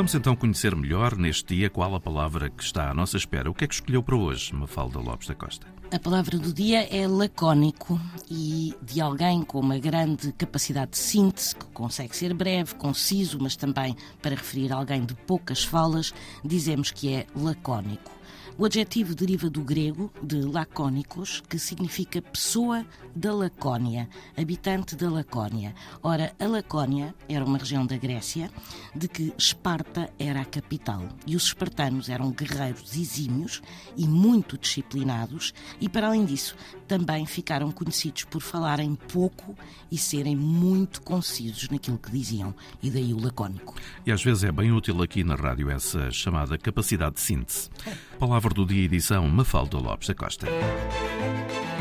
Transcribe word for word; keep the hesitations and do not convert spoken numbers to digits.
Vamos então conhecer melhor neste dia qual a palavra que está à nossa espera. O que é que escolheu para hoje, Mafalda Lopes da Costa? A palavra do dia é lacónico e de alguém com uma grande capacidade de síntese, que consegue ser breve, conciso, mas também para referir a alguém de poucas falas, dizemos que é lacónico. O adjetivo deriva do grego, de lacónicos, que significa pessoa da Lacónia, habitante da Lacónia. Ora, a Lacónia era uma região da Grécia, de que Esparta era a capital. E os espartanos eram guerreiros exímios e muito disciplinados e, para além disso, também ficaram conhecidos por falarem pouco e serem muito concisos naquilo que diziam. E daí o lacónico. E às vezes é bem útil aqui na rádio essa chamada capacidade de síntese. Palavra do dia, edição Mafalda Lopes da Costa.